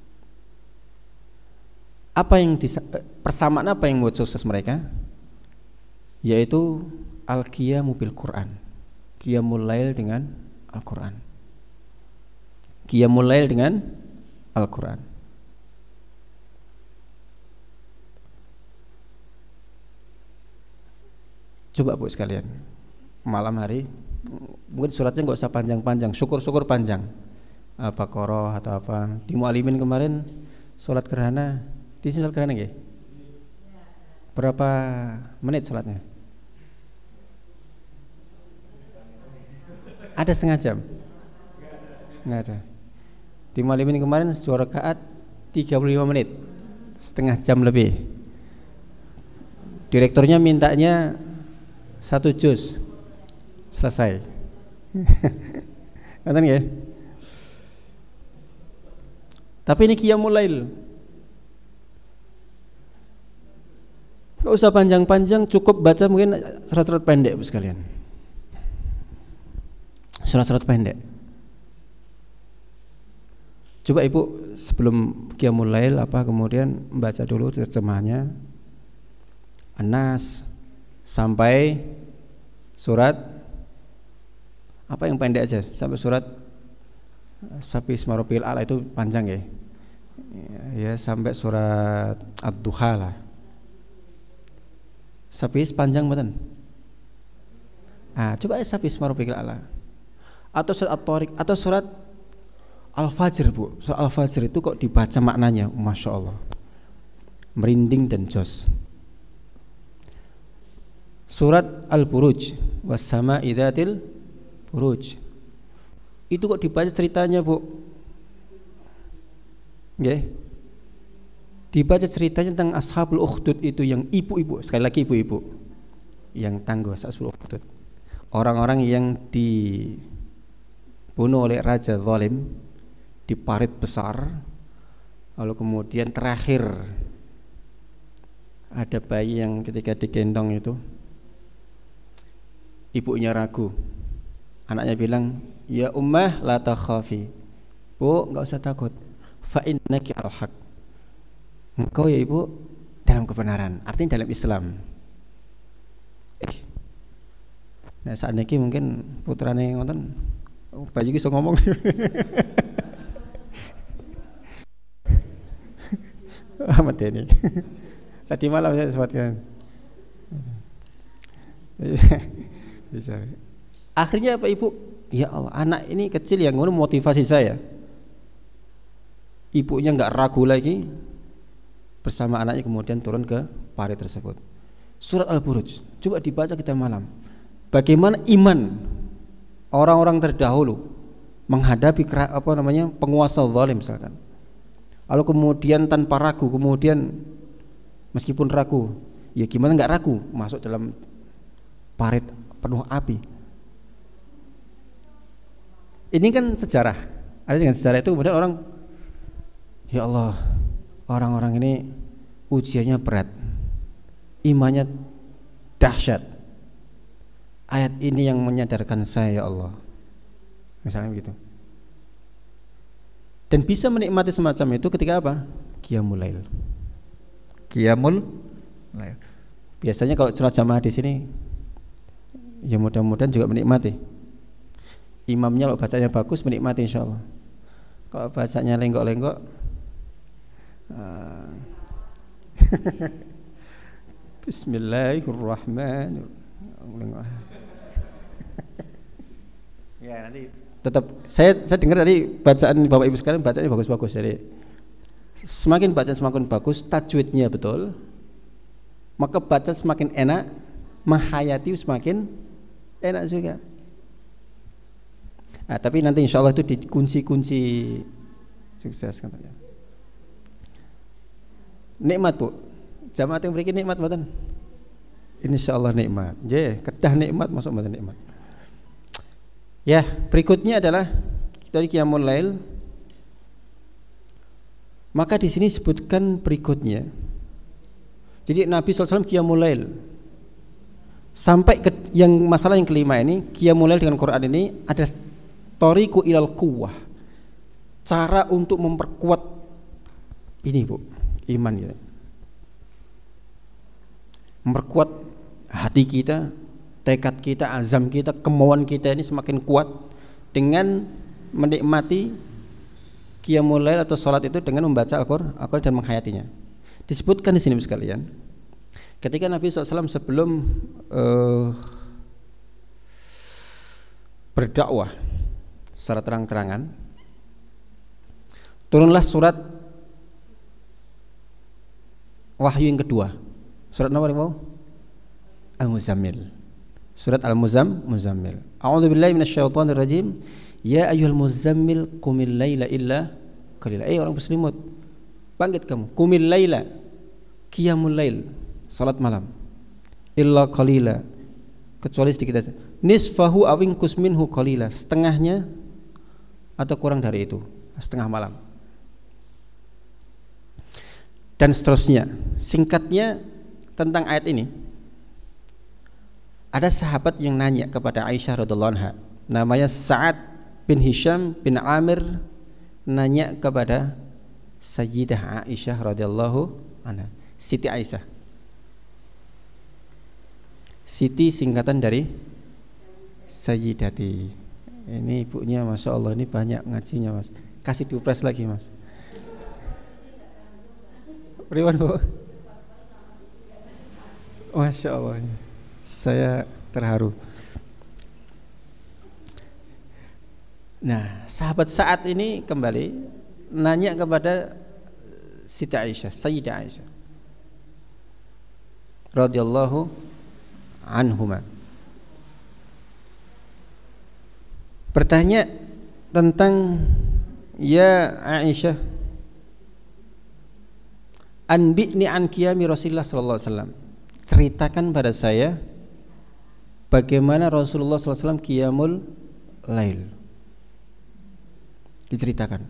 Persamaan apa yang membuat sukses mereka? Yaitu al-qiyamu bil Quran, qiyamul lail dengan Al-Quran, qiyamul lail dengan Al-Quran. Coba Bu sekalian, malam hari mungkin suratnya nggak usah panjang-panjang, syukur-syukur panjang, Al-Baqarah atau apa. Di Mu'alimin kemarin sholat gerhana, di sini sholat gerhana nggih? Berapa menit sholatnya? Ada setengah jam? Nggak ada. Di Mu'alimin kemarin 2 rakaat 35 menit, setengah jam lebih. Direkturnya mintanya 1 juz selesai. Ngerti nggih? Tapi ini qiyamul lail. Enggak usah panjang-panjang, cukup baca mungkin surat-surat pendek Bu sekalian. Surat-surat pendek. Coba Ibu sebelum qiyamul lail kemudian membaca dulu terjemahannya An-Nas sampai surat apa yang pendek aja sampai surat Sabi Isma Rabbil A'la itu panjang ya. Ya sampai surat Ad-Duha lah. Sabi panjang mboten? Coba Sabi Isma Rabbil A'la. Atau surat At-Tariq atau surat Al-Fajr Bu. Surat Al-Fajr itu kok dibaca maknanya, Masya Allah, merinding dan jos. Surat Al-Buruj, was-sama'i dzatil buruj, itu kok dibaca ceritanya Bu. Nggih. Dibaca ceritanya tentang Ashabul Ukhdud itu yang ibu-ibu, sekali lagi ibu-ibu yang tangguh Ashabul Ukhdud. Orang-orang yang dibunuh oleh raja zalim di parit besar. Lalu kemudian terakhir ada bayi yang ketika digendong itu ibunya ragu. Anaknya bilang, "Ya ummah la takhafi." Bu, enggak usah takut. Fa innaki al-haq. Engkau ya ibu dalam kebenaran, artinya dalam Islam. Nah, saat ini mungkin putrane ngoten bayi iso ngomong. Amat ini. Tadi malam saya sebutkan. Bisa. Akhirnya apa ibu? Ya Allah, anak ini kecil yang ngono motivasi saya. Ibunya enggak ragu lagi, bersama anaknya kemudian turun ke parit tersebut. Surat Al-Buruj, coba dibaca kita malam. Bagaimana iman orang-orang terdahulu menghadapi penguasa zalim misalkan. Lalu kemudian tanpa ragu, kemudian meskipun ragu, ya gimana enggak ragu masuk dalam parit penuh api. Ini kan sejarah. Ada dengan sejarah itu kemudian orang, ya Allah, orang-orang ini ujiannya berat, imannya dahsyat. Ayat ini yang menyadarkan saya, ya Allah, misalnya begitu. Dan bisa menikmati semacam itu ketika apa? Qiyamul lail. Qiyamul lail. Biasanya kalau sholat jamaah di sini, ya mudah-mudahan juga menikmati. Imamnya kalau bacanya bagus menikmati insyaallah. Kalau bacanya lenggok-lenggok, Bismillahirrahmanirrahim. Ya nanti tetap saya dengar tadi bacaan Bapak Ibu sekalian bacanya bagus-bagus. Jadi semakin baca semakin bagus, tajwidnya betul, maka baca semakin enak, menghayati semakin enak juga. Tapi nanti insya Allah itu dikunci-kunci sukses katanya. Nikmat Bu, jamaah yang berikan nikmat mboten? Insya Allah nikmat. Kedah nikmat masuk mboten nikmat. Ya, berikutnya adalah kita di qiyamul lail. Maka di sini sebutkan berikutnya. Jadi Nabi SAW qiyamul lail. Sampai ke yang masalah yang kelima ini, qiyamul lail dengan Quran ini adalah tariqu ilal quwwah. Cara untuk memperkuat ini Bu, iman kita. Memperkuat hati kita, tekad kita, azam kita, kemauan kita ini semakin kuat dengan menikmati qiyamul lail atau salat itu dengan membaca Al-Qur'an dan menghayatinya. Disebutkan di sini sekalian. Ketika Nabi SAW sebelum berdakwah secara terang-terangan, turunlah surat wahyu yang kedua. Surat apa itu? Al-Muzammil. Surat Al-Muzammil. A'udzubillahi minasyaitonirrajim. Ya ayyuhal muzammil qumil laila illa qalila. Orang muslimut, bangkit kamu. Qumil laila, qiyamul lail, salat malam. Illa qalila, kecuali sedikit saja. Nisfahu awing kusminhu qalila, setengahnya atau kurang dari itu, setengah malam. Dan seterusnya. Singkatnya tentang ayat ini, ada sahabat yang nanya kepada Aisyah radhiyallahu anha, namanya Sa'ad bin Hisham bin Amir, nanya kepada Sayyidah Aisyah radhiyallahu anha, Siti Aisyah. Siti singkatan dari Sayyidati. Ini ibunya, masya Allah, ini banyak ngajinya mas. Kasih diupres lagi mas. Riwan bu. Masya Allah, saya terharu. Nah, sahabat Sa'ad ini kembali nanya kepada Siti Aisyah, Sayyidah Aisyah radhiyallahu anhuma, bertanya tentang, ya Aisyah, anbi'ni an qiyami Rasulullah sallallahu alaihi wasallam, ceritakan pada saya bagaimana Rasulullah sallallahu alaihi wasallam qiyamul lail. Diceritakan.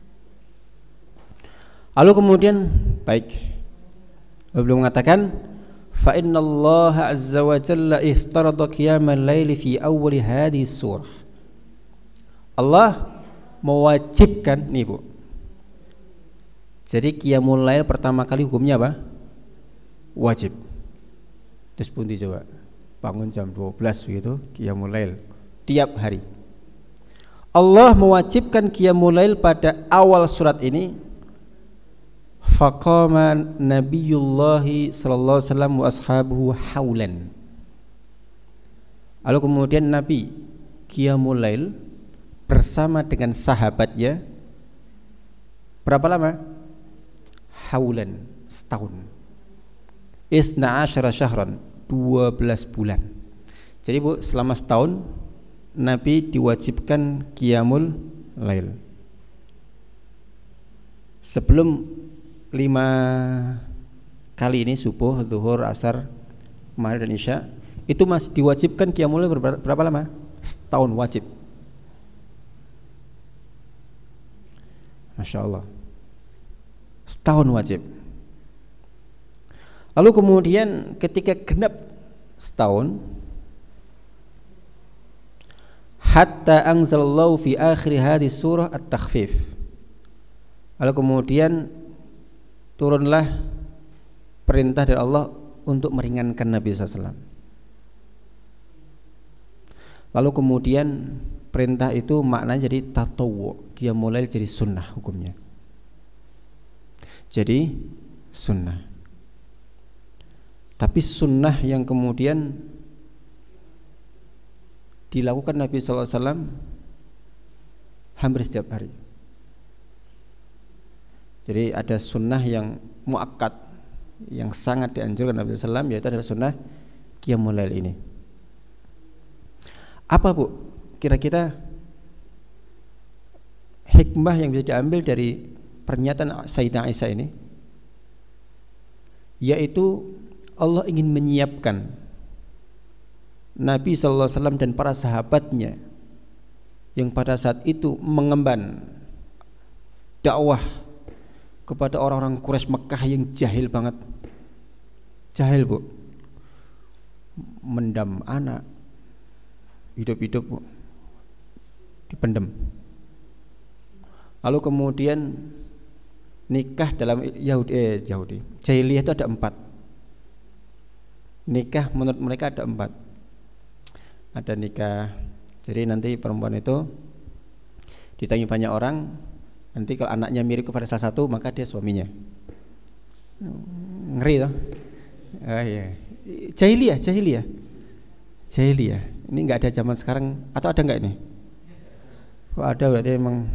Lalu kemudian baik, belum mengatakan fa innallaha azza wa jalla iftarada qiyamal laili fi awwali hadhihi surah. Allah mewajibkan nih Bu. Jadi qiyamul lail pertama kali hukumnya apa? Wajib. Terus pundi coba? Bangun jam 12 begitu, qiyamul lail tiap hari. Allah mewajibkan qiyamul lail pada awal surat ini. Faqama Nabiyullahi sallallahu alaihi wasallam wa ashabuhu haulan. Lalu kemudian Nabi qiyamul lail bersama dengan sahabatnya berapa lama? Haulan, setahun. Isna asyara syahran, 12 bulan. Jadi Bu, selama setahun Nabi diwajibkan qiyamul lail. Sebelum 5 kali ini, subuh, zuhur, asar, maghrib dan isya, itu masih diwajibkan qiyamul lail berapa lama? Setahun wajib. Masya Allah, setahun wajib. Lalu kemudian ketika genap setahun, hatta anzalallahu fi akhir hadhihi surah at-takhfif. Lalu kemudian turunlah perintah dari Allah untuk meringankan Nabi SAW. Lalu kemudian perintah itu maknanya jadi tatawwu, qiyamul lail jadi sunnah hukumnya. Jadi sunnah. Tapi sunnah yang kemudian dilakukan Nabi SAW hampir setiap hari. Jadi ada sunnah yang muakkad, yang sangat dianjurkan Nabi SAW, yaitu adalah sunnah qiyamul lail ini. Apa Bu kira-kira hikmah yang bisa diambil dari pernyataan Sayyidah Aisyah ini? Yaitu Allah ingin menyiapkan Nabi SAW dan para sahabatnya yang pada saat itu mengemban dakwah kepada orang-orang Quraisy Mekah yang jahil banget. Jahil Bu, mendam anak hidup-hidup Bu, dipendem. Lalu kemudian nikah dalam Yahudi jahiliyah itu ada 4. Nikah menurut mereka ada 4. Ada nikah, jadi nanti perempuan itu ditanya banyak orang, nanti kalau anaknya mirip kepada salah satu maka dia suaminya. Ngeri toh? Iya. Jahiliyah. Ini nggak ada zaman sekarang, atau ada nggak ini? Kok ada, berarti emang.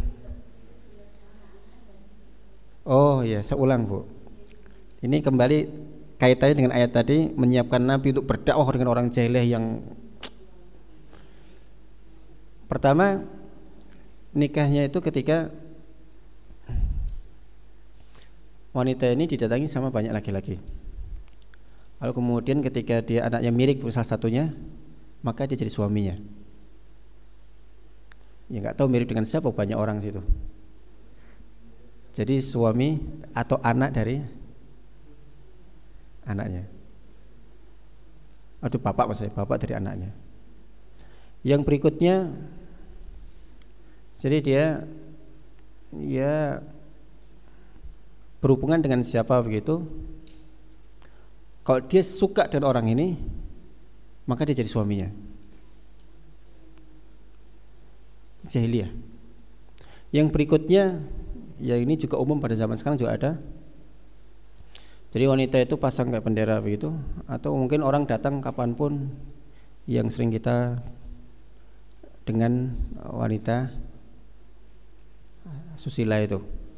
Oh iya, saya ulang Bu. Ini kembali kaitannya dengan ayat tadi, menyiapkan Nabi untuk berdakwah dengan orang jahiliyah yang pertama, nikahnya itu ketika wanita ini didatangi sama banyak laki-laki. Lalu kemudian ketika dia anaknya mirip salah satunya, maka dia jadi suaminya. Ya nggak tahu mirip dengan siapa, banyak orang situ. Jadi suami atau anak dari anaknya. Atau bapak maksudnya, bapak dari anaknya. Yang berikutnya, jadi dia ya berhubungan dengan siapa begitu. Kalau dia suka dengan orang ini, maka dia jadi suaminya. Jahiliyah. Yang berikutnya, ya ini juga umum pada zaman sekarang juga ada. Jadi wanita itu pasang kayak bendera begitu, atau mungkin orang datang kapanpun, yang sering kita dengan wanita susila itu,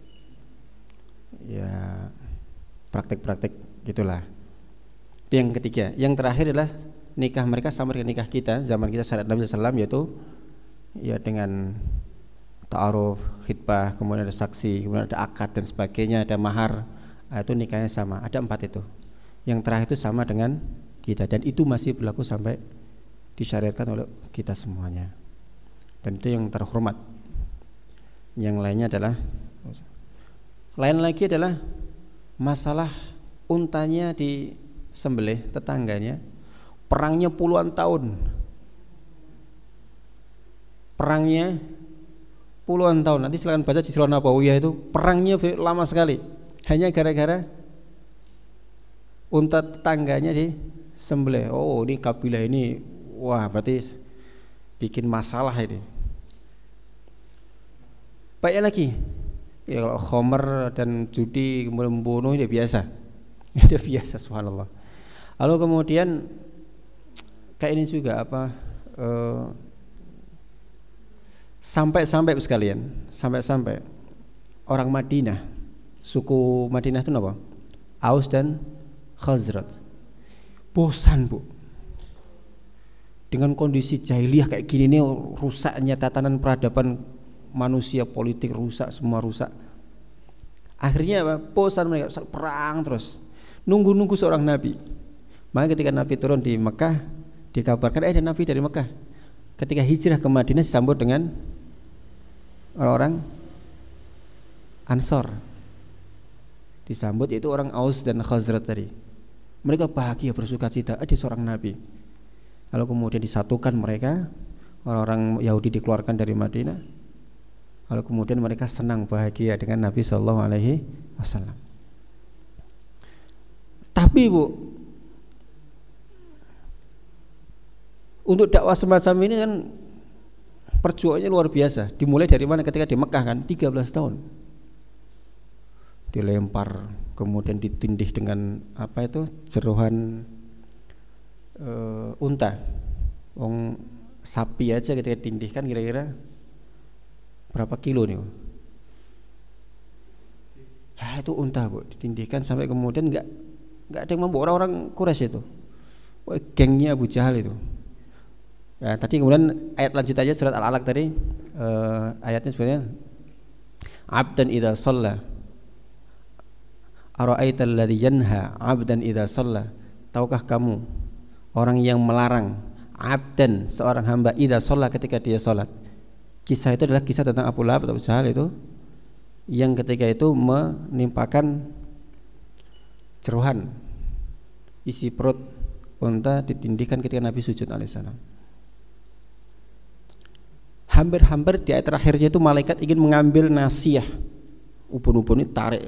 ya praktek-praktek gitulah. Itu yang ketiga. Yang terakhir adalah nikah mereka sama dengan nikah kita zaman kita syariat Nabi SAW, yaitu ya dengan ta'aruf, khitbah, kemudian ada saksi, kemudian ada akad dan sebagainya, ada mahar. Itu nikahnya sama, ada 4 itu. Yang terakhir itu sama dengan kita, dan itu masih berlaku sampai disyariatkan oleh kita semuanya, dan itu yang terhormat. Yang lainnya adalah, lain lagi adalah masalah untanya disembelih tetangganya, perangnya puluhan tahun, nanti silakan baca di Sirah Nabawiyah, itu perangnya lama sekali, hanya gara-gara unta tetangganya disembelih. Oh, ini kabilah ini, wah berarti bikin masalah ini. Banyak lagi. Ya kalau khomer dan judi kemudian membunuh ini biasa. Ini biasa, subhanallah. Lalu kemudian kayak ini juga apa? Sampai sekalian, sampai orang Madinah, suku Madinah itu apa? Aus dan Khazraj. Bosan, Bu, dengan kondisi jahiliyah kayak gini nih, rusaknya tatanan peradaban manusia, politik rusak, semua rusak. Akhirnya apa? Bosan mereka, perang terus, nunggu seorang nabi. Maka ketika Nabi turun di Mekah, dikabarkan ada Nabi dari Mekah. Ketika hijrah ke Madinah disambut dengan orang-orang Ansor, disambut itu orang Aus dan Khazraj tadi. Mereka bahagia, bersuka cita, ada seorang Nabi. Lalu kemudian disatukan mereka, orang-orang Yahudi dikeluarkan dari Madinah. Lalu kemudian mereka senang bahagia dengan Nabi SAW. Tapi Bu, untuk dakwah semacam ini kan perjuangannya luar biasa. Dimulai dari mana? Ketika di Mekah kan 13 tahun dilempar, kemudian ditindih dengan apa itu, jerohan unta. Wong sapi aja ketika ditindihkan kira-kira berapa kilo nih? Itu unta, Bu, ditindihkan sampai kemudian enggak ada yang mampu. Orang-orang Quraisy itu, gengnya Abu Jahal itu. Ya, tadi kemudian ayat lanjut aja surat Al-Alaq tadi, ayatnya sebenarnya abdan idza shalla ara'aital ladzi yanha abdan idza shalla. Tahukah kamu orang yang melarang abdan, seorang hamba, idza shalla, ketika dia salat. Kisah itu adalah kisah tentang Abu Lahab atau Abu Jahal itu, yang ketika itu menimpakan jerohan isi perut unta, ditindihkan ketika Nabi sujud alaihissalam. Hampir-hampir di ayat terakhirnya itu malaikat ingin mengambil nasiyah, ubun-ubun ini tarik,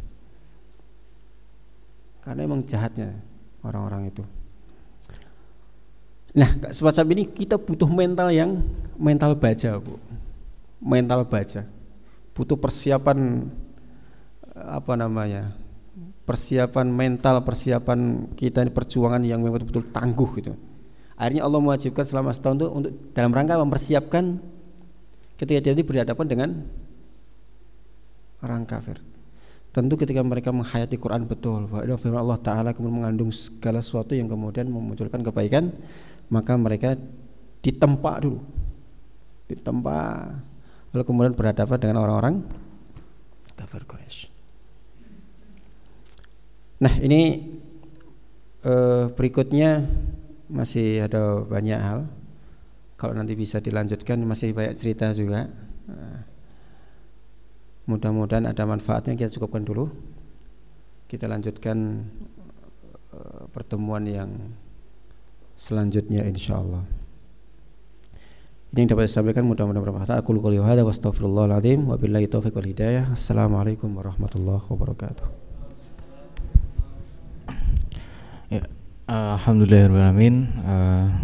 karena emang jahatnya orang-orang itu. Nah, semacam ini kita butuh mental baja, Bu. Mental baja. Butuh persiapan persiapan mental, persiapan kita, perjuangan yang memang betul-betul tangguh gitu. Akhirnya Allah mewajibkan selama setahun itu untuk dalam rangka mempersiapkan ketika dia berhadapan dengan orang kafir. Tentu ketika mereka menghayati Quran betul, bahwa firman Allah Ta'ala kemudian mengandung segala sesuatu yang kemudian memunculkan kebaikan, maka mereka ditempa dulu, lalu kemudian berhadapan dengan orang-orang kafir Quraisy. Nah, ini berikutnya masih ada banyak hal. Kalau nanti bisa dilanjutkan masih banyak cerita juga. Mudah-mudahan ada manfaatnya. Kita cukupkan dulu. Kita lanjutkan pertemuan yang selanjutnya insyaallah. Ini yang dapat saya sampaikan, mudah-mudahan bermanfaat. Aku qouli hadza wa astaghfirullahal azim wa billahi taufiq wal hidayah. Assalamualaikum warahmatullahi wabarakatuh. Ya, alhamdulillahirabbil alamin.